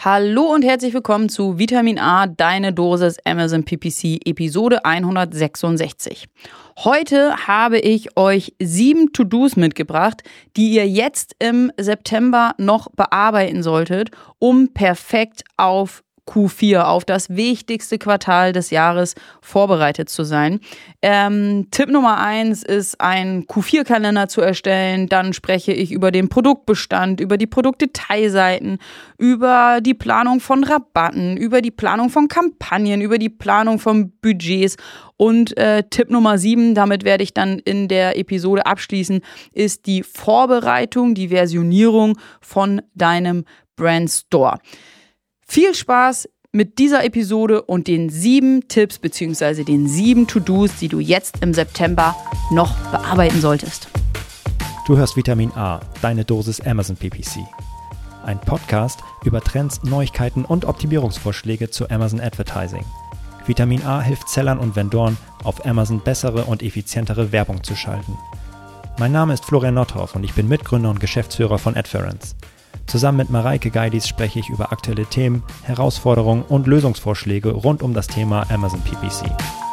Hallo und herzlich willkommen zu Vitamin A, deine Dosis Amazon PPC, Episode 166. Heute habe ich euch 7 To-Dos mitgebracht, die ihr jetzt im September noch bearbeiten solltet, um perfekt auf Q4, auf das wichtigste Quartal des Jahres vorbereitet zu sein. Tipp Nummer 1 ist, einen Q4-Kalender zu erstellen. Dann spreche ich über den Produktbestand, über die Produktdetailseiten, über die Planung von Rabatten, über die Planung von Kampagnen, über die Planung von Budgets. Und Tipp Nummer 7, damit werde ich dann in der Episode abschließen, ist die Vorbereitung, die Versionierung von deinem Brand Store. Viel Spaß mit dieser Episode und den 7 Tipps bzw. den 7 To-Dos, die du jetzt im September noch bearbeiten solltest. Du hörst Vitamin A, deine Dosis Amazon PPC. Ein Podcast über Trends, Neuigkeiten und Optimierungsvorschläge zu Amazon Advertising. Vitamin A hilft Sellern und Vendoren, auf Amazon bessere und effizientere Werbung zu schalten. Mein Name ist Florian Nothoff und ich bin Mitgründer und Geschäftsführer von Adference. Zusammen mit Mareike Geidis spreche ich über aktuelle Themen, Herausforderungen und Lösungsvorschläge rund um das Thema Amazon PPC.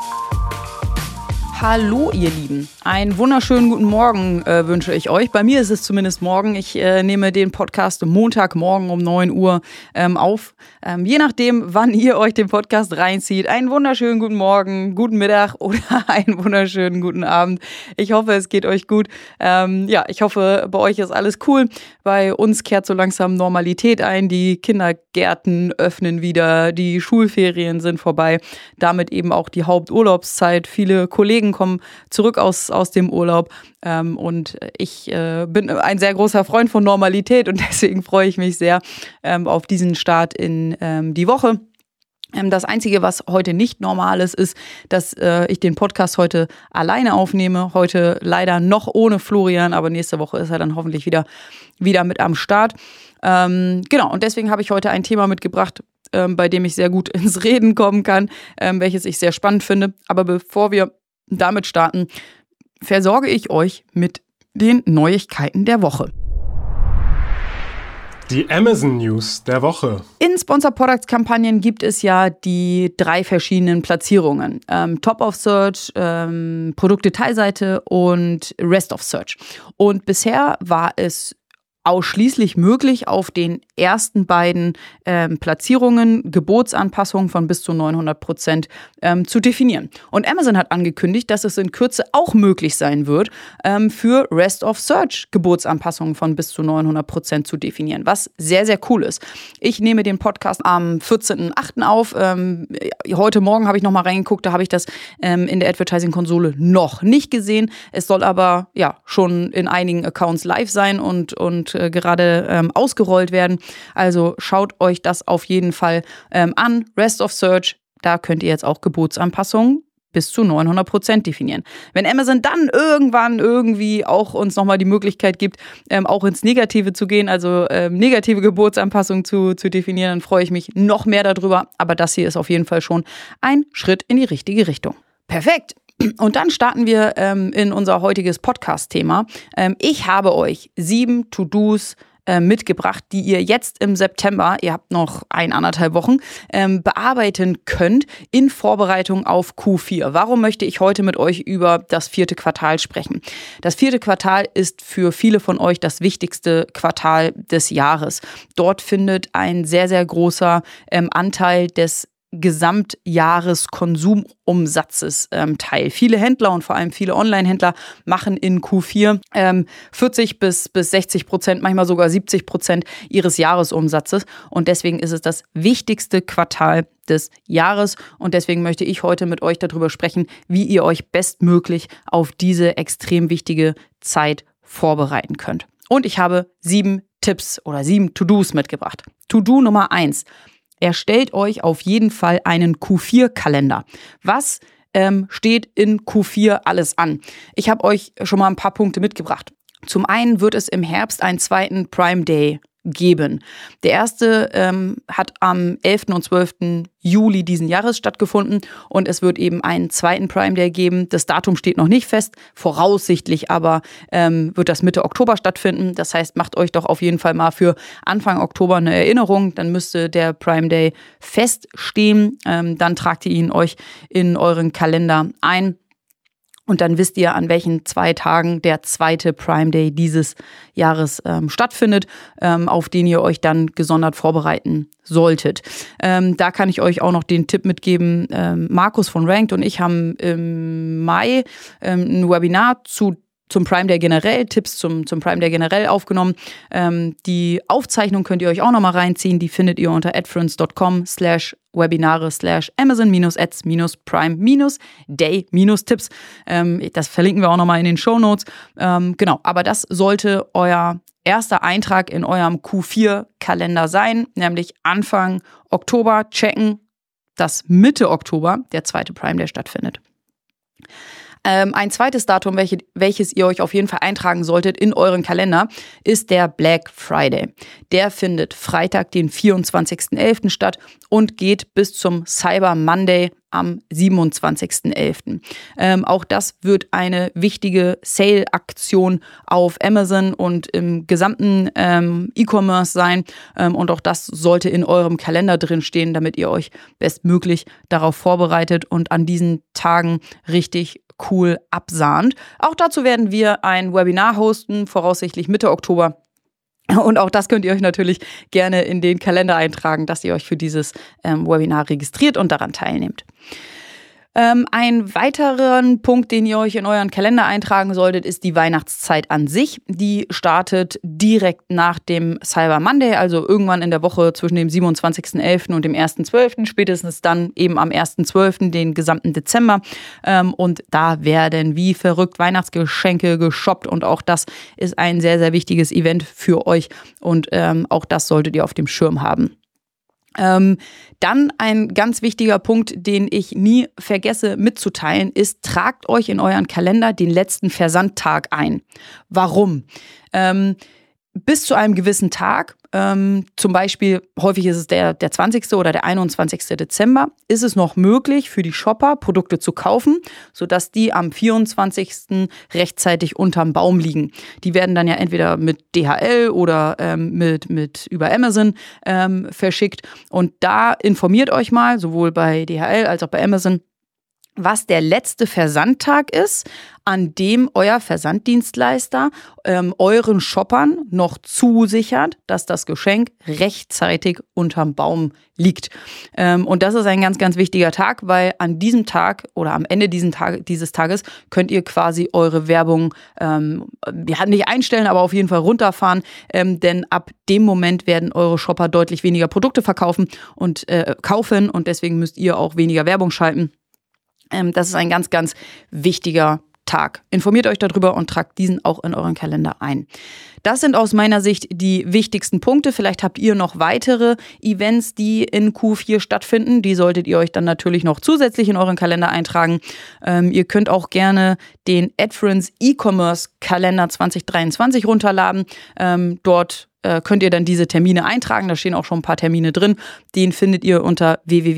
Hallo ihr Lieben, einen wunderschönen guten Morgen wünsche ich euch. Bei mir ist es zumindest morgen. Ich nehme den Podcast Montagmorgen um 9 Uhr auf. Je nachdem, wann ihr euch den Podcast reinzieht. Einen wunderschönen guten Morgen, guten Mittag oder einen wunderschönen guten Abend. Ich hoffe, es geht euch gut. Ich hoffe, bei euch ist alles cool. Bei uns kehrt so langsam Normalität ein. Die Kindergärten öffnen wieder, die Schulferien sind vorbei. Damit eben auch die Haupturlaubszeit. Viele Kollegen kommen zurück aus dem Urlaub und ich bin ein sehr großer Freund von Normalität und deswegen freue ich mich sehr auf diesen Start in die Woche. Das Einzige, was heute nicht normal ist, dass ich den Podcast heute alleine aufnehme. Heute leider noch ohne Florian, aber nächste Woche ist er dann hoffentlich wieder mit am Start. Und deswegen habe ich heute ein Thema mitgebracht, bei dem ich sehr gut ins Reden kommen kann, welches ich sehr spannend finde. Aber bevor wir damit starten, versorge ich euch mit den Neuigkeiten der Woche. Die Amazon News der Woche. In Sponsor Products Kampagnen gibt es ja die 3 verschiedenen Platzierungen. Top of Search, Produktdetailseite und Rest of Search. Und bisher war es ausschließlich möglich, auf den ersten beiden Platzierungen Gebotsanpassungen von bis zu 900% zu definieren. Und Amazon hat angekündigt, dass es in Kürze auch möglich sein wird, für Rest of Search Gebotsanpassungen von bis zu 900% zu definieren, was sehr, sehr cool ist. Ich nehme den Podcast am 14.08. auf. Heute Morgen habe ich nochmal reingeguckt, da habe ich das in der Advertising-Konsole noch nicht gesehen. Es soll aber schon in einigen Accounts live sein und gerade ausgerollt werden. Also schaut euch das auf jeden Fall an. Rest of Search, da könnt ihr jetzt auch Gebotsanpassungen bis zu 900% definieren. Wenn Amazon dann irgendwann irgendwie auch uns nochmal die Möglichkeit gibt, auch ins Negative zu gehen, also negative Gebotsanpassungen zu definieren, dann freue ich mich noch mehr darüber. Aber das hier ist auf jeden Fall schon ein Schritt in die richtige Richtung. Perfekt. Und dann starten wir in unser heutiges Podcast-Thema. Ich habe euch 7 To-Dos mitgebracht, die ihr jetzt im September, ihr habt noch 1,5 Wochen, bearbeiten könnt in Vorbereitung auf Q4. Warum möchte ich heute mit euch über das 4. Quartal sprechen? Das 4. Quartal ist für viele von euch das wichtigste Quartal des Jahres. Dort findet ein sehr, sehr großer Anteil des Gesamtjahreskonsumumsatzes teil. Viele Händler und vor allem viele Online-Händler machen in Q4 40 bis 60%, manchmal sogar 70% ihres Jahresumsatzes. Und deswegen ist es das wichtigste Quartal des Jahres. Und deswegen möchte ich heute mit euch darüber sprechen, wie ihr euch bestmöglich auf diese extrem wichtige Zeit vorbereiten könnt. Und ich habe 7 Tipps oder 7 To-Dos mitgebracht. To-Do Nummer 1. Erstellt euch auf jeden Fall einen Q4-Kalender. Was steht in Q4 alles an? Ich habe euch schon mal ein paar Punkte mitgebracht. Zum einen wird es im Herbst einen zweiten Prime Day geben. Der erste hat am 11. und 12. Juli diesen Jahres stattgefunden und es wird eben einen zweiten Prime Day geben. Das Datum steht noch nicht fest, voraussichtlich aber wird das Mitte Oktober stattfinden. Das heißt, macht euch doch auf jeden Fall mal für Anfang Oktober eine Erinnerung. Dann müsste der Prime Day feststehen. Dann tragt ihr ihn euch in euren Kalender ein. Und dann wisst ihr, an welchen 2 Tagen der zweite Prime Day dieses Jahres stattfindet, auf den ihr euch dann gesondert vorbereiten solltet. Da kann ich euch auch noch den Tipp mitgeben. Markus von Ranked und ich haben im Mai ein Webinar zum Prime Day generell, Tipps zum Prime Day generell aufgenommen. Die Aufzeichnung könnt ihr euch auch nochmal reinziehen. Die findet ihr unter adference.com/webinare/Amazon-Ads-Prime-Day-Tipps. Das verlinken wir auch nochmal in den Shownotes. Genau, aber das sollte euer erster Eintrag in eurem Q4-Kalender sein, nämlich Anfang Oktober checken, dass Mitte Oktober der zweite Prime Day stattfindet. Ein zweites Datum, welches ihr euch auf jeden Fall eintragen solltet in euren Kalender, ist der Black Friday. Der findet Freitag, den 24.11. statt und geht bis zum Cyber Monday am 27.11. Auch das wird eine wichtige Sale-Aktion auf Amazon und im gesamten E-Commerce sein. Und auch das sollte in eurem Kalender drin stehen, damit ihr euch bestmöglich darauf vorbereitet und an diesen Tagen richtig cool absahnt. Auch dazu werden wir ein Webinar hosten, voraussichtlich Mitte Oktober. Und auch das könnt ihr euch natürlich gerne in den Kalender eintragen, dass ihr euch für dieses Webinar registriert und daran teilnehmt. Ein weiteren Punkt, den ihr euch in euren Kalender eintragen solltet, ist die Weihnachtszeit an sich. Die startet direkt nach dem Cyber Monday, also irgendwann in der Woche zwischen dem 27.11. und dem 1.12., spätestens dann eben am 1.12., den gesamten Dezember. Und da werden wie verrückt Weihnachtsgeschenke geshoppt und auch das ist ein sehr, sehr wichtiges Event für euch und auch das solltet ihr auf dem Schirm haben. Dann ein ganz wichtiger Punkt, den ich nie vergesse mitzuteilen, ist, tragt euch in euren Kalender den letzten Versandtag ein. Warum? Bis zu einem gewissen Tag, zum Beispiel, häufig ist es der 20. oder der 21. Dezember, ist es noch möglich für die Shopper, Produkte zu kaufen, sodass die am 24. rechtzeitig unterm Baum liegen. Die werden dann ja entweder mit DHL oder mit über Amazon verschickt. Und da informiert euch mal, sowohl bei DHL als auch bei Amazon, was der letzte Versandtag ist, an dem euer Versanddienstleister euren Shoppern noch zusichert, dass das Geschenk rechtzeitig unterm Baum liegt. Und das ist ein ganz, ganz wichtiger Tag, weil an diesem Tag oder am Ende dieses Tages könnt ihr quasi eure Werbung nicht einstellen, aber auf jeden Fall runterfahren, denn ab dem Moment werden eure Shopper deutlich weniger Produkte kaufen und deswegen müsst ihr auch weniger Werbung schalten. Das ist ein ganz, ganz wichtiger Tag. Informiert euch darüber und tragt diesen auch in euren Kalender ein. Das sind aus meiner Sicht die wichtigsten Punkte. Vielleicht habt ihr noch weitere Events, die in Q4 stattfinden. Die solltet ihr euch dann natürlich noch zusätzlich in euren Kalender eintragen. Ihr könnt auch gerne den Adference E-Commerce Kalender 2023 runterladen. Dort könnt ihr dann diese Termine eintragen. Da stehen auch schon ein paar Termine drin. Den findet ihr unter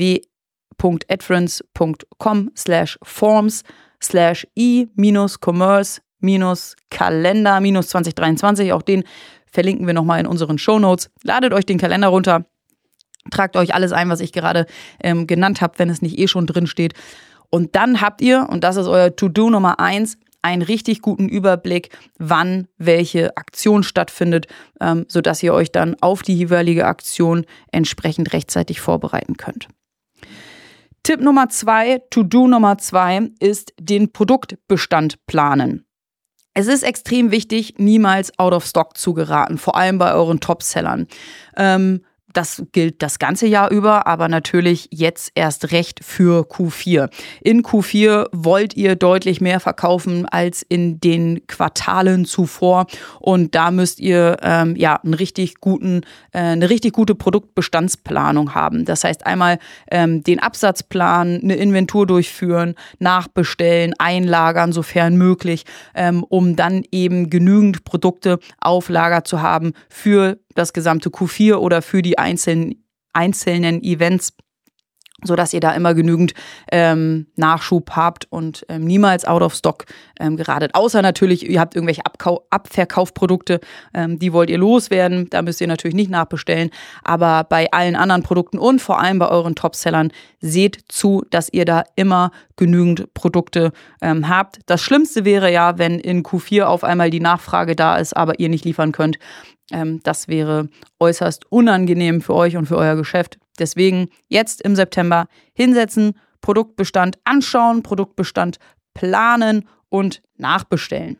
www.adference.com/e-commerce-kalender-2023. Auch den verlinken wir nochmal in unseren Shownotes. Ladet euch den Kalender runter, tragt euch alles ein, was ich gerade genannt habe, wenn es nicht eh schon drin steht. Und dann habt ihr, und das ist euer To-Do Nummer 1, einen richtig guten Überblick, wann welche Aktion stattfindet, sodass ihr euch dann auf die jeweilige Aktion entsprechend rechtzeitig vorbereiten könnt. Tipp Nummer 2, To-Do Nummer 2 ist den Produktbestand planen. Es ist extrem wichtig, niemals out of stock zu geraten, vor allem bei euren Topsellern. Das gilt das ganze Jahr über, aber natürlich jetzt erst recht für Q4. In Q4 wollt ihr deutlich mehr verkaufen als in den Quartalen zuvor und da müsst ihr eine richtig gute Produktbestandsplanung haben. Das heißt einmal den Absatzplan, eine Inventur durchführen, nachbestellen, einlagern, sofern möglich, um dann eben genügend Produkte auf Lager zu haben für das gesamte Q4 oder für die einzelnen Events, sodass ihr da immer genügend Nachschub habt und niemals out of stock geratet. Außer natürlich, ihr habt irgendwelche Abverkaufprodukte, die wollt ihr loswerden. Da müsst ihr natürlich nicht nachbestellen. Aber bei allen anderen Produkten und vor allem bei euren Topsellern seht zu, dass ihr da immer genügend Produkte habt. Das Schlimmste wäre ja, wenn in Q4 auf einmal die Nachfrage da ist, aber ihr nicht liefern könnt. Das wäre äußerst unangenehm für euch und für euer Geschäft. Deswegen jetzt im September hinsetzen, Produktbestand anschauen, Produktbestand planen und nachbestellen.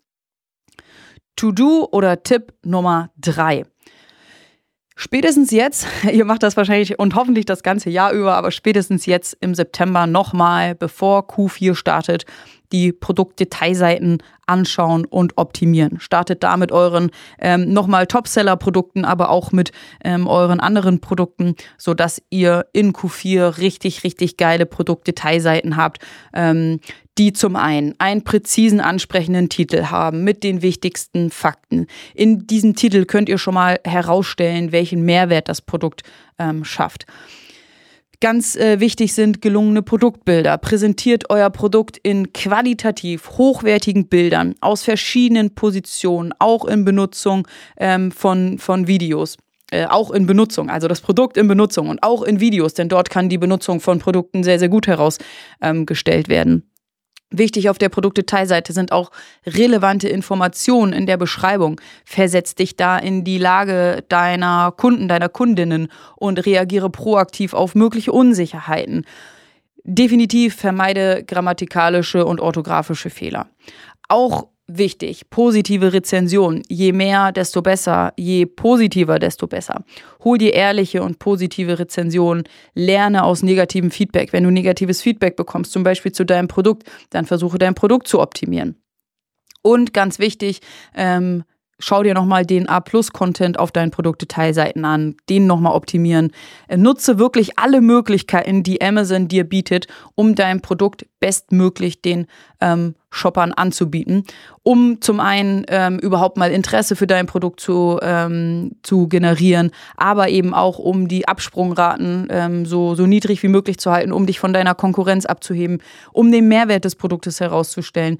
To-Do oder Tipp Nummer 3. Spätestens jetzt, ihr macht das wahrscheinlich und hoffentlich das ganze Jahr über, aber spätestens jetzt im September nochmal, bevor Q4 startet, die Produktdetailseiten anschauen und optimieren. Startet da mit euren nochmal Topseller-Produkten, aber auch mit euren anderen Produkten, sodass ihr in Q4 richtig, richtig geile Produktdetailseiten habt, die zum einen präzisen, ansprechenden Titel haben mit den wichtigsten Fakten. In diesem Titel könnt ihr schon mal herausstellen, welchen Mehrwert das Produkt schafft. Ganz wichtig sind gelungene Produktbilder. Präsentiert euer Produkt in qualitativ hochwertigen Bildern aus verschiedenen Positionen, auch in Benutzung von Videos. Auch in Benutzung, also das Produkt in Benutzung und auch in Videos, denn dort kann die Benutzung von Produkten sehr, sehr gut herausgestellt werden. Wichtig auf der Produktdetailseite sind auch relevante Informationen in der Beschreibung. Versetz dich da in die Lage deiner Kunden, deiner Kundinnen und reagiere proaktiv auf mögliche Unsicherheiten. Definitiv vermeide grammatikalische und orthografische Fehler. Auch wichtig, positive Rezensionen. Je mehr, desto besser. Je positiver, desto besser. Hol dir ehrliche und positive Rezensionen. Lerne aus negativem Feedback. Wenn du negatives Feedback bekommst, zum Beispiel zu deinem Produkt, dann versuche dein Produkt zu optimieren. Und ganz wichtig, schau dir nochmal den A+-Content auf deinen Produktdetailseiten an, den nochmal optimieren. Nutze wirklich alle Möglichkeiten, die Amazon dir bietet, um dein Produkt bestmöglich den Shoppern anzubieten, um zum einen überhaupt mal Interesse für dein Produkt zu generieren, aber eben auch um die Absprungraten so niedrig wie möglich zu halten, um dich von deiner Konkurrenz abzuheben, um den Mehrwert des Produktes herauszustellen.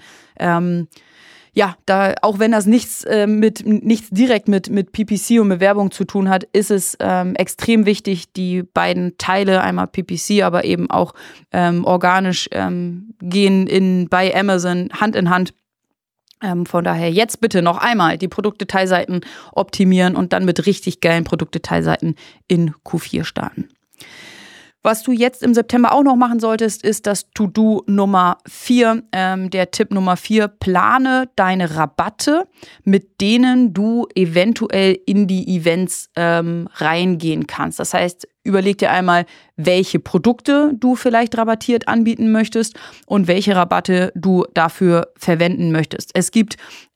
Ja, da, auch wenn das nichts direkt mit PPC und Bewerbung zu tun hat, ist es extrem wichtig, die beiden Teile, einmal PPC, aber eben auch organisch gehen bei Amazon Hand in Hand. Von daher jetzt bitte noch einmal die Produktdetailseiten optimieren und dann mit richtig geilen Produktdetailseiten in Q4 starten. Was du jetzt im September auch noch machen solltest, ist das To-Do Nummer 4. Der Tipp Nummer 4, plane deine Rabatte, mit denen du eventuell in die Events reingehen kannst. Das heißt, überleg dir einmal, welche Produkte du vielleicht rabattiert anbieten möchtest und welche Rabatte du dafür verwenden möchtest. Es gibt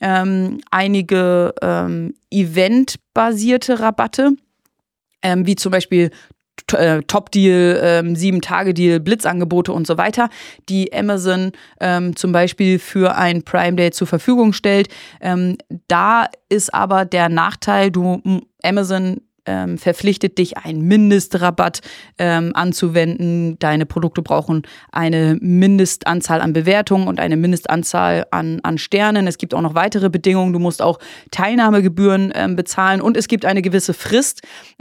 einige eventbasierte Rabatte, wie zum Beispiel Top-Deal, 7-Tage-Deal, Blitzangebote und so weiter, die Amazon zum Beispiel für ein Prime Day zur Verfügung stellt. Da ist aber der Nachteil, Amazon verpflichtet dich, einen Mindestrabatt anzuwenden. Deine Produkte brauchen eine Mindestanzahl an Bewertungen und eine Mindestanzahl an Sternen. Es gibt auch noch weitere Bedingungen. Du musst auch Teilnahmegebühren bezahlen und es gibt eine gewisse Frist,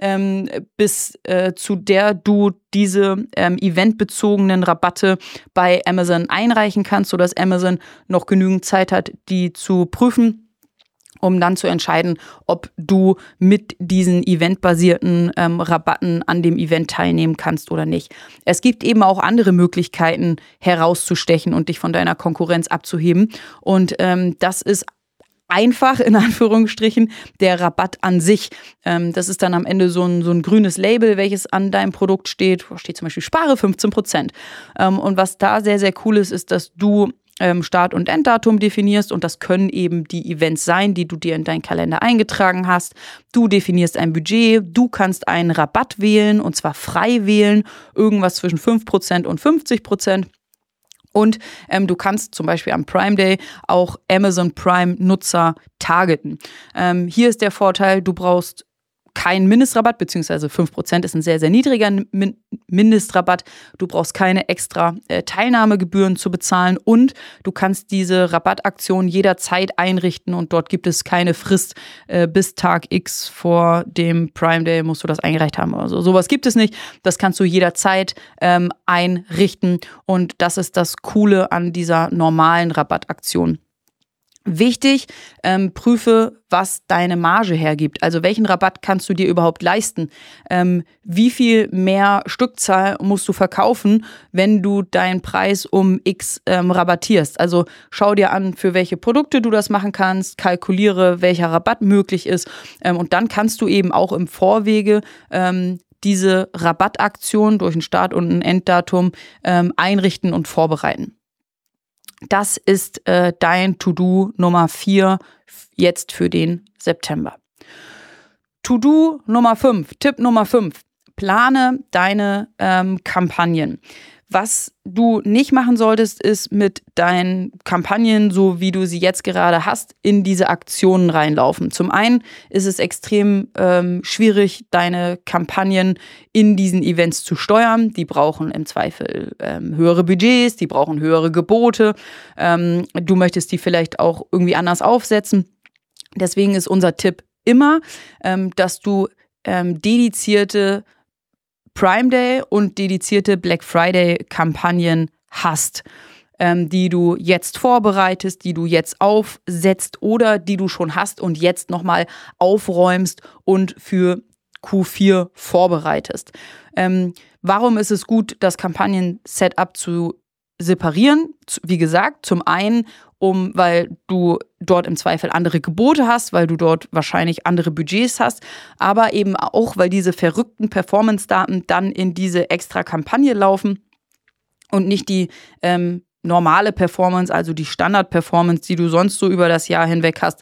bis zu der du diese eventbezogenen Rabatte bei Amazon einreichen kannst, sodass Amazon noch genügend Zeit hat, die zu prüfen, um dann zu entscheiden, ob du mit diesen eventbasierten Rabatten an dem Event teilnehmen kannst oder nicht. Es gibt eben auch andere Möglichkeiten, herauszustechen und dich von deiner Konkurrenz abzuheben. Und das ist einfach, in Anführungsstrichen, der Rabatt an sich. Das ist dann am Ende so ein grünes Label, welches an deinem Produkt steht. Da steht zum Beispiel, spare 15%. Und was da sehr, sehr cool ist, dass du Start- und Enddatum definierst und das können eben die Events sein, die du dir in deinen Kalender eingetragen hast. Du definierst ein Budget, du kannst einen Rabatt wählen und zwar frei wählen, irgendwas zwischen 5% und 50%. Und du kannst zum Beispiel am Prime Day auch Amazon Prime Nutzer targeten. Hier ist der Vorteil, du brauchst keinen Mindestrabatt, beziehungsweise 5% ist ein sehr, sehr niedriger Mindestrabatt. Du brauchst keine extra Teilnahmegebühren zu bezahlen und du kannst diese Rabattaktion jederzeit einrichten und dort gibt es keine Frist. Bis Tag X vor dem Prime Day musst du das eingereicht haben oder so. Sowas gibt es nicht. Das kannst du jederzeit einrichten und das ist das Coole an dieser normalen Rabattaktion. Wichtig, prüfe, was deine Marge hergibt. Also welchen Rabatt kannst du dir überhaupt leisten? Wie viel mehr Stückzahl musst du verkaufen, wenn du deinen Preis um X rabattierst? Also schau dir an, für welche Produkte du das machen kannst, kalkuliere, welcher Rabatt möglich ist und dann kannst du eben auch im Vorwege diese Rabattaktion durch einen Start- und ein Enddatum einrichten und vorbereiten. Das ist dein To-Do Nummer 4 jetzt für den September. To-Do Nummer 5, Tipp Nummer 5, plane deine Kampagnen. Was du nicht machen solltest, ist mit deinen Kampagnen, so wie du sie jetzt gerade hast, in diese Aktionen reinlaufen. Zum einen ist es extrem schwierig, deine Kampagnen in diesen Events zu steuern. Die brauchen im Zweifel höhere Budgets, die brauchen höhere Gebote. Du möchtest die vielleicht auch irgendwie anders aufsetzen. Deswegen ist unser Tipp immer, dass du dedizierte Prime Day und dedizierte Black Friday Kampagnen hast, die du jetzt vorbereitest, die du jetzt aufsetzt oder die du schon hast und jetzt nochmal aufräumst und für Q4 vorbereitest. Warum ist es gut, das Kampagnen-Setup zu separieren? Wie gesagt, zum einen, weil du dort im Zweifel andere Gebote hast, weil du dort wahrscheinlich andere Budgets hast, aber eben auch, weil diese verrückten Performance-Daten dann in diese extra Kampagne laufen und nicht die normale Performance, also die Standard-Performance, die du sonst so über das Jahr hinweg hast,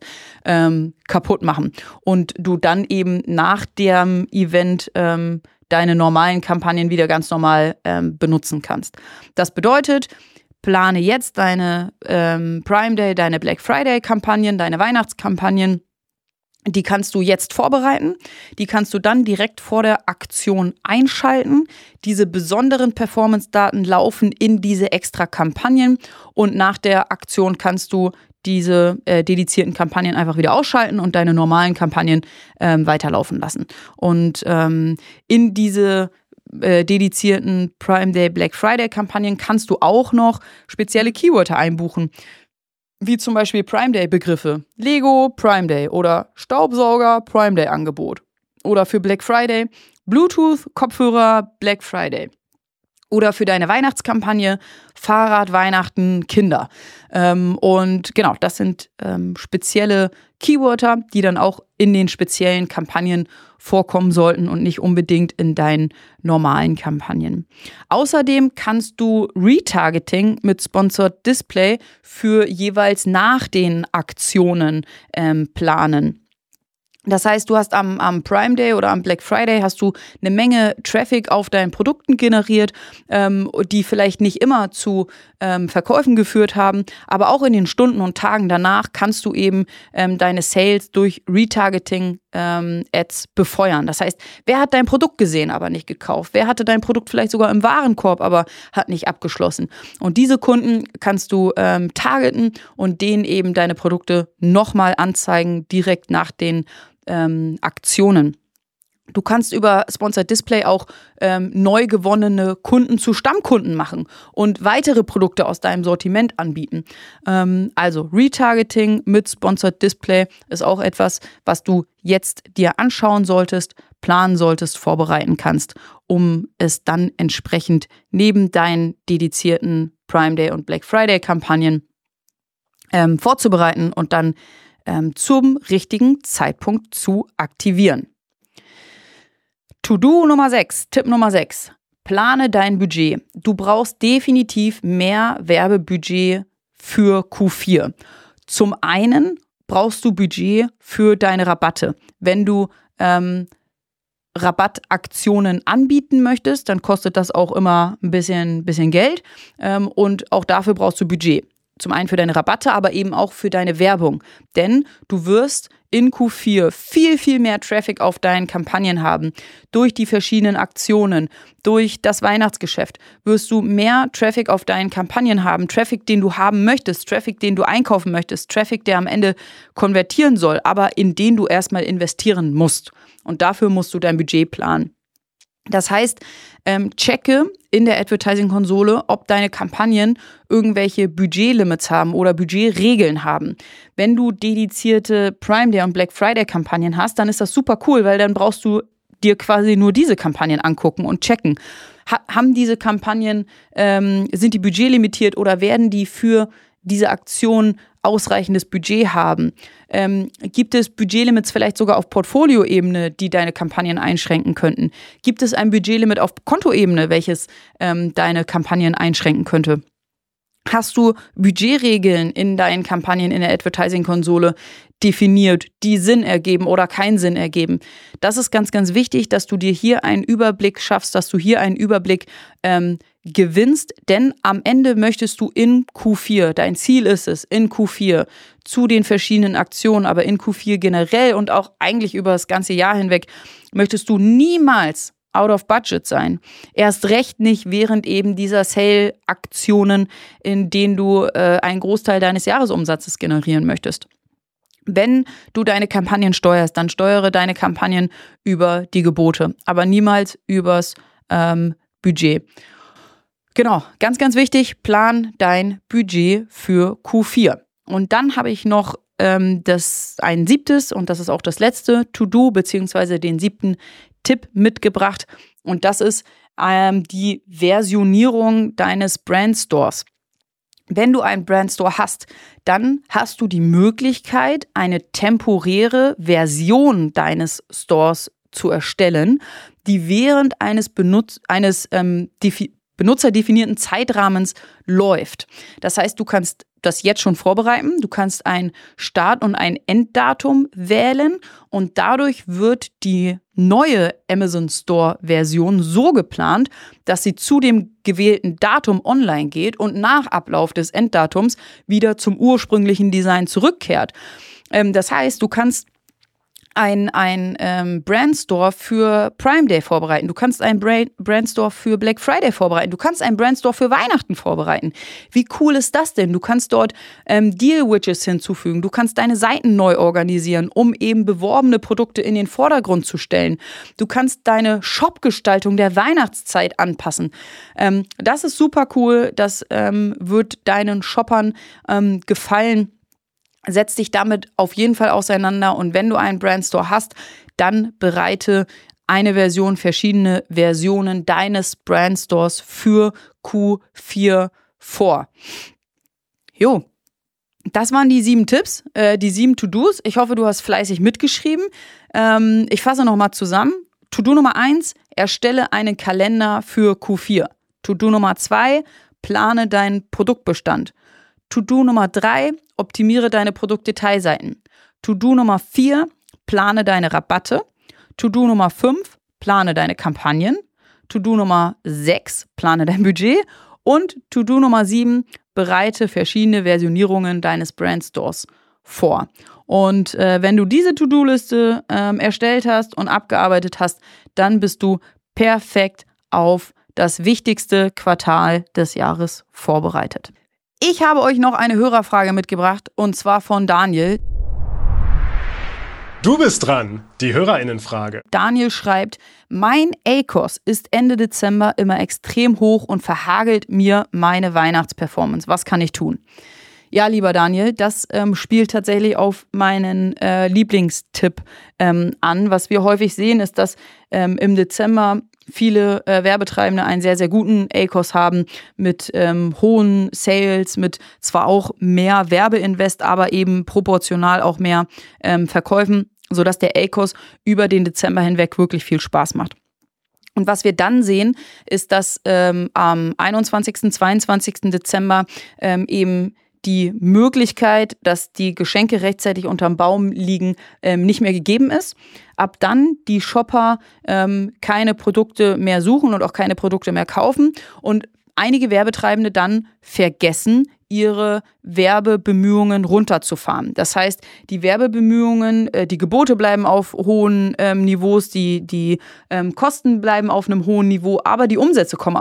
kaputt machen. Und du dann eben nach dem Event deine normalen Kampagnen wieder ganz normal benutzen kannst. Das bedeutet, plane jetzt deine Prime Day, deine Black Friday Kampagnen, deine Weihnachtskampagnen. Die kannst du jetzt vorbereiten. Die kannst du dann direkt vor der Aktion einschalten. Diese besonderen Performance-Daten laufen in diese extra Kampagnen und nach der Aktion kannst du diese dedizierten Kampagnen einfach wieder ausschalten und deine normalen Kampagnen weiterlaufen lassen. Und in diese dedizierten Prime Day, Black Friday Kampagnen kannst du auch noch spezielle Keywörter einbuchen, wie zum Beispiel Prime Day Begriffe, Lego Prime Day oder Staubsauger Prime Day Angebot oder für Black Friday Bluetooth Kopfhörer Black Friday. Oder für deine Weihnachtskampagne Fahrrad, Weihnachten, Kinder. Und genau, das sind spezielle Keywörter, die dann auch in den speziellen Kampagnen vorkommen sollten und nicht unbedingt in deinen normalen Kampagnen. Außerdem kannst du Retargeting mit Sponsored Display für jeweils nach den Aktionen planen. Das heißt, du hast am Prime Day oder am Black Friday hast du eine Menge Traffic auf deinen Produkten generiert, die vielleicht nicht immer zu Verkäufen geführt haben, aber auch in den Stunden und Tagen danach kannst du eben deine Sales durch Retargeting Ads befeuern. Das heißt, wer hat dein Produkt gesehen, aber nicht gekauft? Wer hatte dein Produkt vielleicht sogar im Warenkorb, aber hat nicht abgeschlossen? Und diese Kunden kannst du targeten und denen eben deine Produkte nochmal anzeigen, direkt nach den Aktionen. Du kannst über Sponsored Display auch neu gewonnene Kunden zu Stammkunden machen und weitere Produkte aus deinem Sortiment anbieten. Also Retargeting mit Sponsored Display ist auch etwas, was du jetzt dir anschauen solltest, planen solltest, vorbereiten kannst, um es dann entsprechend neben deinen dedizierten Prime Day und Black Friday Kampagnen vorzubereiten und dann zum richtigen Zeitpunkt zu aktivieren. To-Do Nummer 6, Tipp Nummer 6. Plane dein Budget. Du brauchst definitiv mehr Werbebudget für Q4. Zum einen brauchst du Budget für deine Rabatte. Wenn du Rabattaktionen anbieten möchtest, dann kostet das auch immer ein bisschen Geld und auch dafür brauchst du Budget. Zum einen für deine Rabatte, aber eben auch für deine Werbung. Denn du wirst in Q4 viel, viel mehr Traffic auf deinen Kampagnen haben. Durch die verschiedenen Aktionen, durch das Weihnachtsgeschäft wirst du mehr Traffic auf deinen Kampagnen haben. Traffic, den du haben möchtest, Traffic, den du einkaufen möchtest, Traffic, der am Ende konvertieren soll, aber in den du erstmal investieren musst. Und dafür musst du dein Budget planen. Das heißt, checke in der Advertising-Konsole, ob deine Kampagnen irgendwelche Budgetlimits haben oder Budgetregeln haben. Wenn du dedizierte Prime Day und Black Friday-Kampagnen hast, dann ist das super cool, weil dann brauchst du dir quasi nur diese Kampagnen angucken und checken. Haben diese Kampagnen, sind die budgetlimitiert oder werden die für diese Aktion ausreichendes Budget haben? Gibt es Budgetlimits vielleicht sogar auf Portfolioebene, die deine Kampagnen einschränken könnten? Gibt es ein Budgetlimit auf Kontoebene, welches deine Kampagnen einschränken könnte? Hast du Budgetregeln in deinen Kampagnen in der Advertising-Konsole definiert, die Sinn ergeben oder keinen Sinn ergeben? Das ist ganz, ganz wichtig, dass du dir hier einen Überblick schaffst, dass du hier einen Überblick gewinnst, denn am Ende möchtest du in Q4, dein Ziel ist es, in Q4 zu den verschiedenen Aktionen, aber in Q4 generell und auch eigentlich über das ganze Jahr hinweg, möchtest du niemals out of budget sein. Erst recht nicht während eben dieser Sale-Aktionen, in denen du einen Großteil deines Jahresumsatzes generieren möchtest. Wenn du deine Kampagnen steuerst, dann steuere deine Kampagnen über die Gebote, aber niemals übers Budget. Genau, ganz, ganz wichtig, plan dein Budget für Q4. Und dann habe ich noch ein siebtes, und das ist auch das letzte To-Do, beziehungsweise den 7. Tipp mitgebracht. Und das ist die Versionierung deines Brandstores. Wenn du einen Brandstore hast, dann hast du die Möglichkeit, eine temporäre Version deines Stores zu erstellen, die während eines benutzerdefinierten Zeitrahmens läuft. Das heißt, du kannst das jetzt schon vorbereiten, du kannst ein Start- und ein Enddatum wählen und dadurch wird die neue Amazon Store-Version so geplant, dass sie zu dem gewählten Datum online geht und nach Ablauf des Enddatums wieder zum ursprünglichen Design zurückkehrt. Das heißt, du kannst ein Brandstore für Prime Day vorbereiten. Du kannst einen Brandstore für Black Friday vorbereiten. Du kannst einen Brandstore für Weihnachten vorbereiten. Wie cool ist das denn? Du kannst dort Deal-Widgets hinzufügen. Du kannst deine Seiten neu organisieren, um eben beworbene Produkte in den Vordergrund zu stellen. Du kannst deine Shop-Gestaltung der Weihnachtszeit anpassen. Das ist super cool. Das wird deinen Shoppern gefallen. Setz dich damit auf jeden Fall auseinander und wenn du einen Brandstore hast, dann bereite verschiedene Versionen deines Brandstores für Q4 vor. Jo, das waren die 7 Tipps, die 7 To-Dos. Ich hoffe, du hast fleißig mitgeschrieben. Ich fasse nochmal zusammen. To-Do Nummer 1, erstelle einen Kalender für Q4. To-Do Nummer 2, plane deinen Produktbestand. To-Do Nummer 3, optimiere deine Produktdetailseiten. To-Do Nummer 4, plane deine Rabatte. To-Do Nummer 5, plane deine Kampagnen. To-Do Nummer 6, plane dein Budget. Und To-Do Nummer 7, bereite verschiedene Versionierungen deines Brandstores vor. Und wenn du diese To-Do-Liste erstellt hast und abgearbeitet hast, dann bist du perfekt auf das wichtigste Quartal des Jahres vorbereitet. Ich habe euch noch eine Hörerfrage mitgebracht und zwar von Daniel. Du bist dran, die HörerInnenfrage. Daniel schreibt, mein ACOS ist Ende Dezember immer extrem hoch und verhagelt mir meine Weihnachtsperformance. Was kann ich tun? Ja, lieber Daniel, das spielt tatsächlich auf meinen Lieblingstipp an. Was wir häufig sehen, ist, dass im Dezember viele Werbetreibende einen sehr, sehr guten ACOS haben mit hohen Sales, mit zwar auch mehr Werbeinvest, aber eben proportional auch mehr Verkäufen, sodass der ACOS über den Dezember hinweg wirklich viel Spaß macht. Und was wir dann sehen, ist, dass am 21., 22. Dezember eben die Möglichkeit, dass die Geschenke rechtzeitig unterm Baum liegen, nicht mehr gegeben ist. Ab dann die Shopper keine Produkte mehr suchen und auch keine Produkte mehr kaufen. Und einige Werbetreibende dann vergessen, ihre Werbebemühungen runterzufahren. Das heißt, die Werbebemühungen, die Gebote bleiben auf hohen Niveaus, die Kosten bleiben auf einem hohen Niveau, aber die Umsätze kommen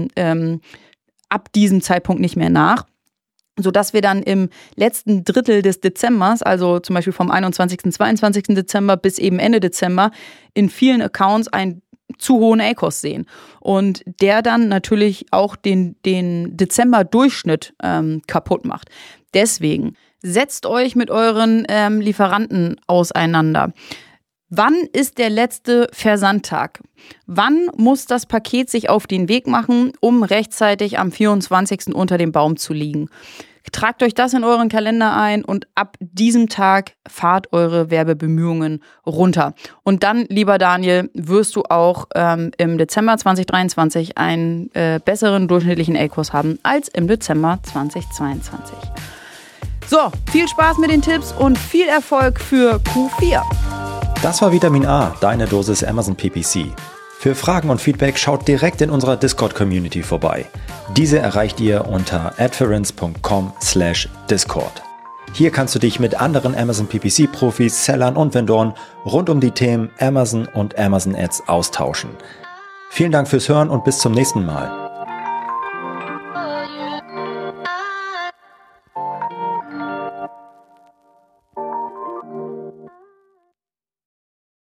ab diesem Zeitpunkt nicht mehr nach, sodass wir dann im letzten Drittel des Dezembers, also zum Beispiel vom 21., 22. Dezember bis eben Ende Dezember, in vielen Accounts einen zu hohen ACoS sehen. Und der dann natürlich auch den Dezember-Durchschnitt kaputt macht. Deswegen setzt euch mit euren Lieferanten auseinander. Wann ist der letzte Versandtag? Wann muss das Paket sich auf den Weg machen, um rechtzeitig am 24. unter dem Baum zu liegen? Tragt euch das in euren Kalender ein und ab diesem Tag fahrt eure Werbebemühungen runter. Und dann, lieber Daniel, wirst du auch im Dezember 2023 einen besseren durchschnittlichen ACoS haben als im Dezember 2022. So, viel Spaß mit den Tipps und viel Erfolg für Q4. Das war Vitamin A, deine Dosis Amazon PPC. Für Fragen und Feedback schaut direkt in unserer Discord-Community vorbei. Diese erreicht ihr unter adference.com/discord. Hier kannst du dich mit anderen Amazon PPC-Profis, Sellern und Vendoren rund um die Themen Amazon und Amazon Ads austauschen. Vielen Dank fürs Hören und bis zum nächsten Mal.